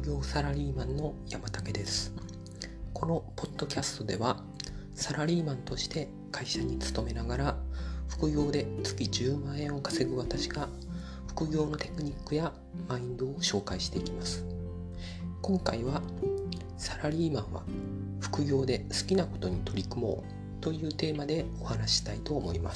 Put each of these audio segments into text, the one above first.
業サラリーマンの山竹です。このポッドキャストではサラリーマンとして会社に勤めながら副業で月10万円を稼ぐ私が副業のテクニックやマインドを紹介していきます。今回はサラリーマンは副業で好きなことに取り組もうというテーマでお話ししたいと思います。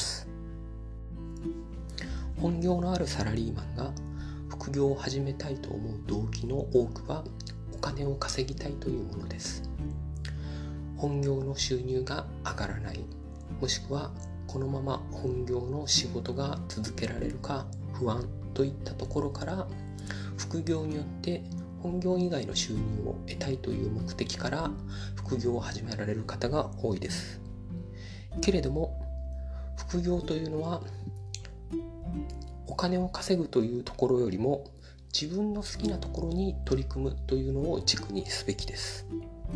本業のあるサラリーマンが副業を始めたいと思う動機の多くはお金を稼ぎたいというものです。本業の収入が上がらない、もしくはこのまま本業の仕事が続けられるか不安といったところから副業によって本業以外の収入を得たいという目的から副業を始められる方が多いです。けれども副業というのはお金を稼ぐというところよりも自分の好きなところに取り組むというのを軸にすべきです。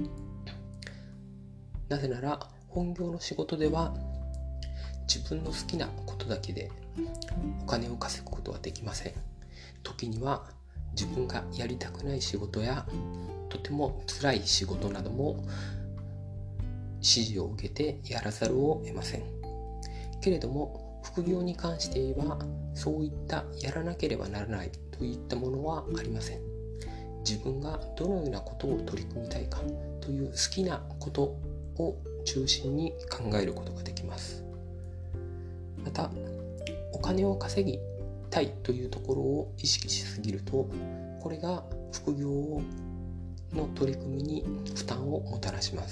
なぜなら本業の仕事では自分の好きなことだけでお金を稼ぐことはできません。時には自分がやりたくない仕事やとても辛い仕事なども指示を受けてやらざるを得ません。けれども副業に関して言えばそういったやらなければならないといったものはありません。自分がどのようなことを取り組みたいかという好きなことを中心に考えることができます。またお金を稼ぎたいというところを意識しすぎるとこれが副業の取り組みに負担をもたらします。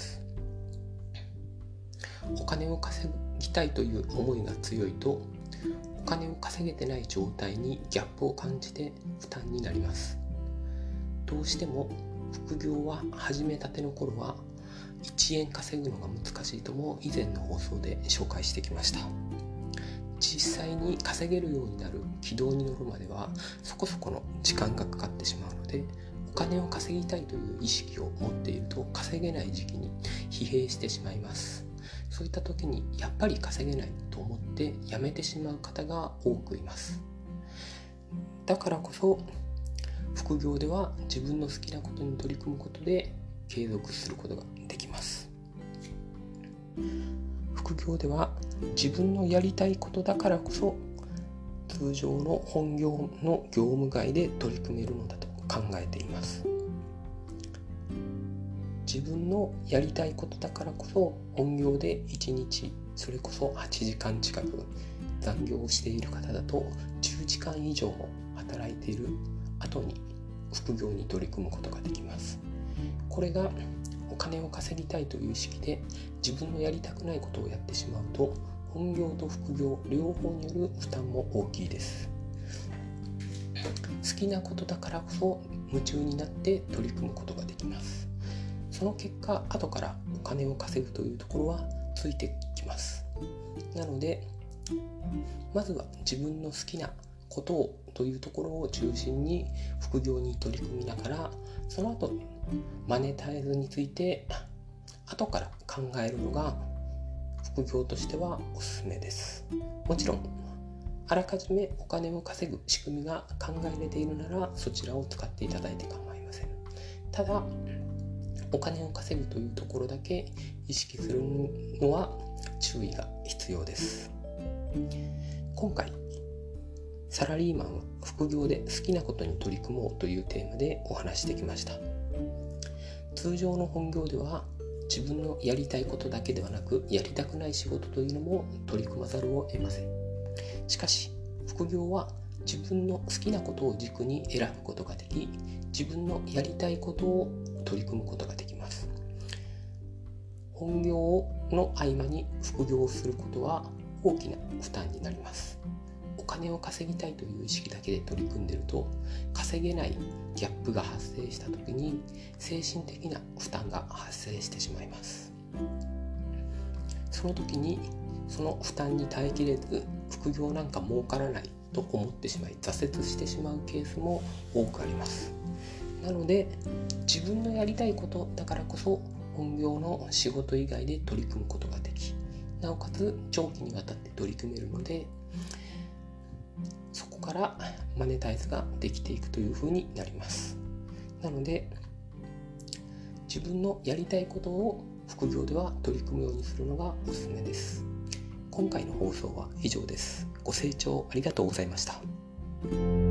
お金を稼ぎたいという思いが強いとお金を稼げてない状態にギャップを感じて負担になります。どうしても副業は始めたての頃は1円稼ぐのが難しいとも以前の放送で紹介してきました。実際に稼げるようになる軌道に乗るまではそこそこの時間がかかってしまうのでお金を稼ぎたいという意識を持っていると稼げない時期に疲弊してしまいます。そういった時にやっぱり稼げないと思ってやめてしまう方が多くいます。だからこそ副業では自分の好きなことに取り組むことで継続することができます。副業では自分のやりたいことだからこそ通常の本業の業務外で取り組めるのだと考えています。自分のやりたいことだからこそ本業で1日それこそ8時間近く残業をしている方だと10時間以上も働いている後に副業に取り組むことができます。これがお金を稼ぎたいという意識で自分のやりたくないことをやってしまうと本業と副業両方による負担も大きいです。好きなことだからこそ夢中になって取り組むことができます。その結果後からお金を稼ぐというところはついてきます。なのでまずは自分の好きなことをというところを中心に副業に取り組みながらその後マネタイズについて後から考えるのが副業としてはおすすめです。もちろんあらかじめお金を稼ぐ仕組みが考えられているならそちらを使っていただいて構いません。ただお金を稼ぐというところだけ意識するのは注意が必要です。今回サラリーマンは副業で好きなことに取り組もうというテーマでお話してきました。通常の本業では自分のやりたいことだけではなくやりたくない仕事というのも取り組まざるを得ません。しかし副業は自分の好きなことを軸に選ぶことができ自分のやりたいことを取り組むことができます。本業の合間に副業をすることは大きな負担になります。お金を稼ぎたいという意識だけで取り組んでいると稼げないギャップが発生した時に精神的な負担が発生してしまいます。その時にその負担に耐えきれず副業なんか儲からないと思ってしまい挫折してしまうケースも多くあります。なので自分のやりたいことだからこそ本業の仕事以外で取り組むことができなおかつ長期にわたって取り組めるのでそこからマネタイズができていくというふうになります。 なので自分のやりたいことを副業では取り組むようにするのがおすすめです。今回の放送は以上です。ご清聴ありがとうございました。